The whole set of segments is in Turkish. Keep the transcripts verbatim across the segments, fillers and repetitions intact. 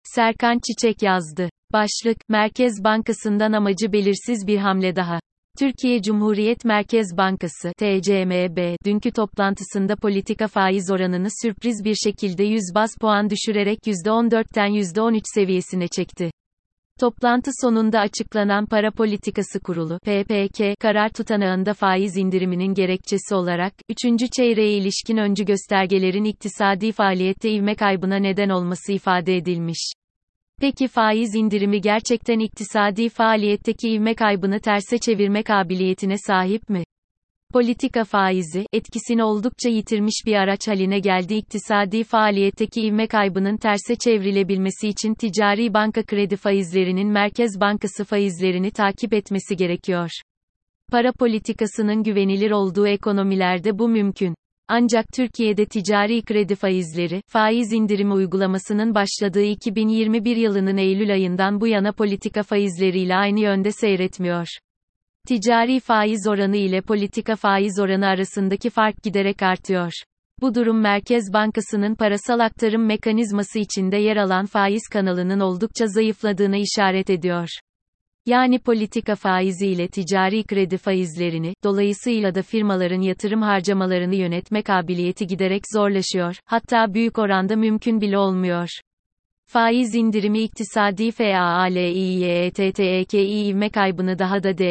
Serkan Çiçek yazdı. Başlık, Merkez Bankası'ndan amacı belirsiz bir hamle daha. Türkiye Cumhuriyet Merkez Bankası (T C M B) dünkü toplantısında politika faiz oranını sürpriz bir şekilde yüz baz puan düşürerek yüzde on dörtten yüzde on üç seviyesine çekti. Toplantı sonunda açıklanan Para Politikası Kurulu (P P K) karar tutanağında faiz indiriminin gerekçesi olarak, üçüncü çeyreğe ilişkin öncü göstergelerin iktisadi faaliyette ivme kaybına neden olması ifade edilmiş. Peki faiz indirimi gerçekten iktisadi faaliyetteki ivme kaybını terse çevirme kabiliyetine sahip mi? Politika faizi, etkisini oldukça yitirmiş bir araç haline geldi. İktisadi faaliyetteki ivme kaybının terse çevrilebilmesi için ticari banka kredi faizlerinin Merkez Bankası faizlerini takip etmesi gerekiyor. Para politikasının güvenilir olduğu ekonomilerde bu mümkün. Ancak Türkiye'de ticari kredi faizleri, faiz indirimi uygulamasının başladığı iki bin yirmi bir yılının Eylül ayından bu yana politika faizleriyle aynı yönde seyretmiyor. Ticari faiz oranı ile politika faiz oranı arasındaki fark giderek artıyor. Bu durum Merkez Bankası'nın parasal aktarım mekanizması içinde yer alan faiz kanalının oldukça zayıfladığına işaret ediyor. Yani politika faizi ile ticari kredi faizlerini, dolayısıyla da firmaların yatırım harcamalarını yönetme kabiliyeti giderek zorlaşıyor, hatta büyük oranda mümkün bile olmuyor. Faiz indirimi iktisadi faaliyeteki ivme kaybını daha da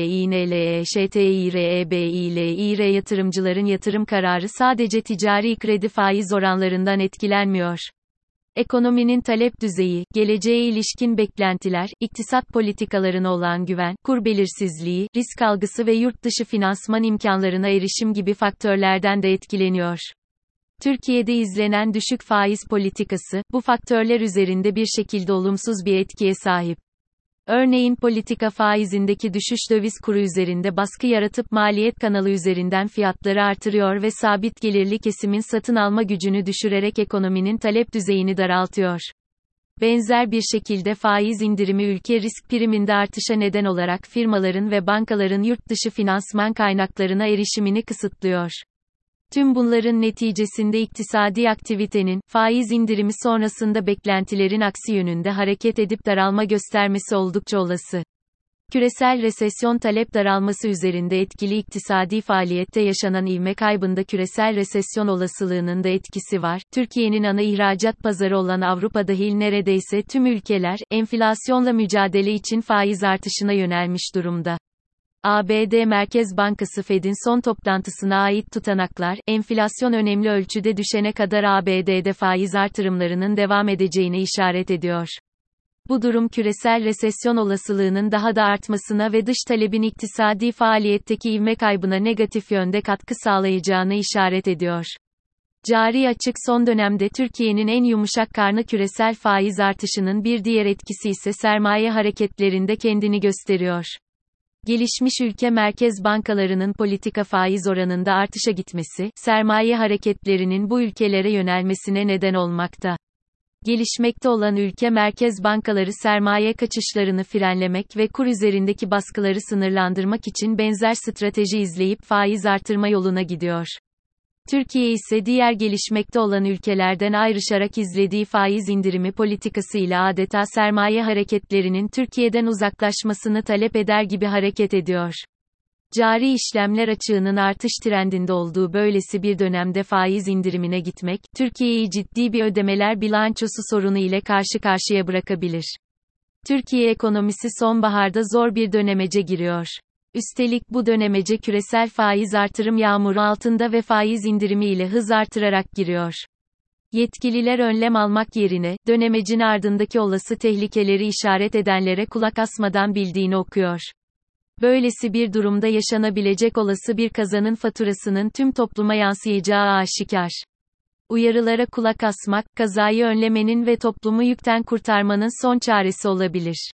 DERINLEŞTİREBİLİR yatırımcıların yatırım kararı sadece ticari kredi faiz oranlarından etkilenmiyor. Ekonominin talep düzeyi, geleceğe ilişkin beklentiler, iktisat politikalarına olan güven, kur belirsizliği, risk algısı ve yurt dışı finansman imkanlarına erişim gibi faktörlerden de etkileniyor. Türkiye'de izlenen düşük faiz politikası, bu faktörler üzerinde bir şekilde olumsuz bir etkiye sahip. Örneğin politika faizindeki düşüş döviz kuru üzerinde baskı yaratıp maliyet kanalı üzerinden fiyatları artırıyor ve sabit gelirli kesimin satın alma gücünü düşürerek ekonominin talep düzeyini daraltıyor. Benzer bir şekilde faiz indirimi ülke risk priminde artışa neden olarak firmaların ve bankaların yurt dışı finansman kaynaklarına erişimini kısıtlıyor. Tüm bunların neticesinde iktisadi aktivitenin, faiz indirimi sonrasında beklentilerin aksi yönünde hareket edip daralma göstermesi oldukça olası. Küresel resesyon talep daralması üzerinde etkili iktisadi faaliyette yaşanan ivme kaybında küresel resesyon olasılığının da etkisi var. Türkiye'nin ana ihracat pazarı olan Avrupa dahil neredeyse tüm ülkeler, enflasyonla mücadele için faiz artışına yönelmiş durumda. A B D Merkez Bankası Fed'in son toplantısına ait tutanaklar, enflasyon önemli ölçüde düşene kadar A B D'de faiz artırımlarının devam edeceğine işaret ediyor. Bu durum küresel resesyon olasılığının daha da artmasına ve dış talebin iktisadi faaliyetteki ivme kaybına negatif yönde katkı sağlayacağına işaret ediyor. Cari açık son dönemde Türkiye'nin en yumuşak karnı küresel faiz artışının bir diğer etkisi ise sermaye hareketlerinde kendini gösteriyor. Gelişmiş ülke merkez bankalarının politika faiz oranında artışa gitmesi, sermaye hareketlerinin bu ülkelere yönelmesine neden olmakta. Gelişmekte olan ülke merkez bankaları sermaye kaçışlarını frenlemek ve kur üzerindeki baskıları sınırlandırmak için benzer strateji izleyip faiz artırma yoluna gidiyor. Türkiye ise diğer gelişmekte olan ülkelerden ayrışarak izlediği faiz indirimi politikasıyla adeta sermaye hareketlerinin Türkiye'den uzaklaşmasını talep eder gibi hareket ediyor. Cari işlemler açığının artış trendinde olduğu böylesi bir dönemde faiz indirimine gitmek, Türkiye'yi ciddi bir ödemeler bilançosu sorunu ile karşı karşıya bırakabilir. Türkiye ekonomisi sonbaharda zor bir dönemece giriyor. Üstelik bu dönemece küresel faiz artırım yağmuru altında ve faiz indirimi ile hız artırarak giriyor. Yetkililer önlem almak yerine, dönemecin ardındaki olası tehlikeleri işaret edenlere kulak asmadan bildiğini okuyor. Böylesi bir durumda yaşanabilecek olası bir kazanın faturasının tüm topluma yansıyacağı aşikar. Uyarılara kulak asmak, kazayı önlemenin ve toplumu yükten kurtarmanın son çaresi olabilir.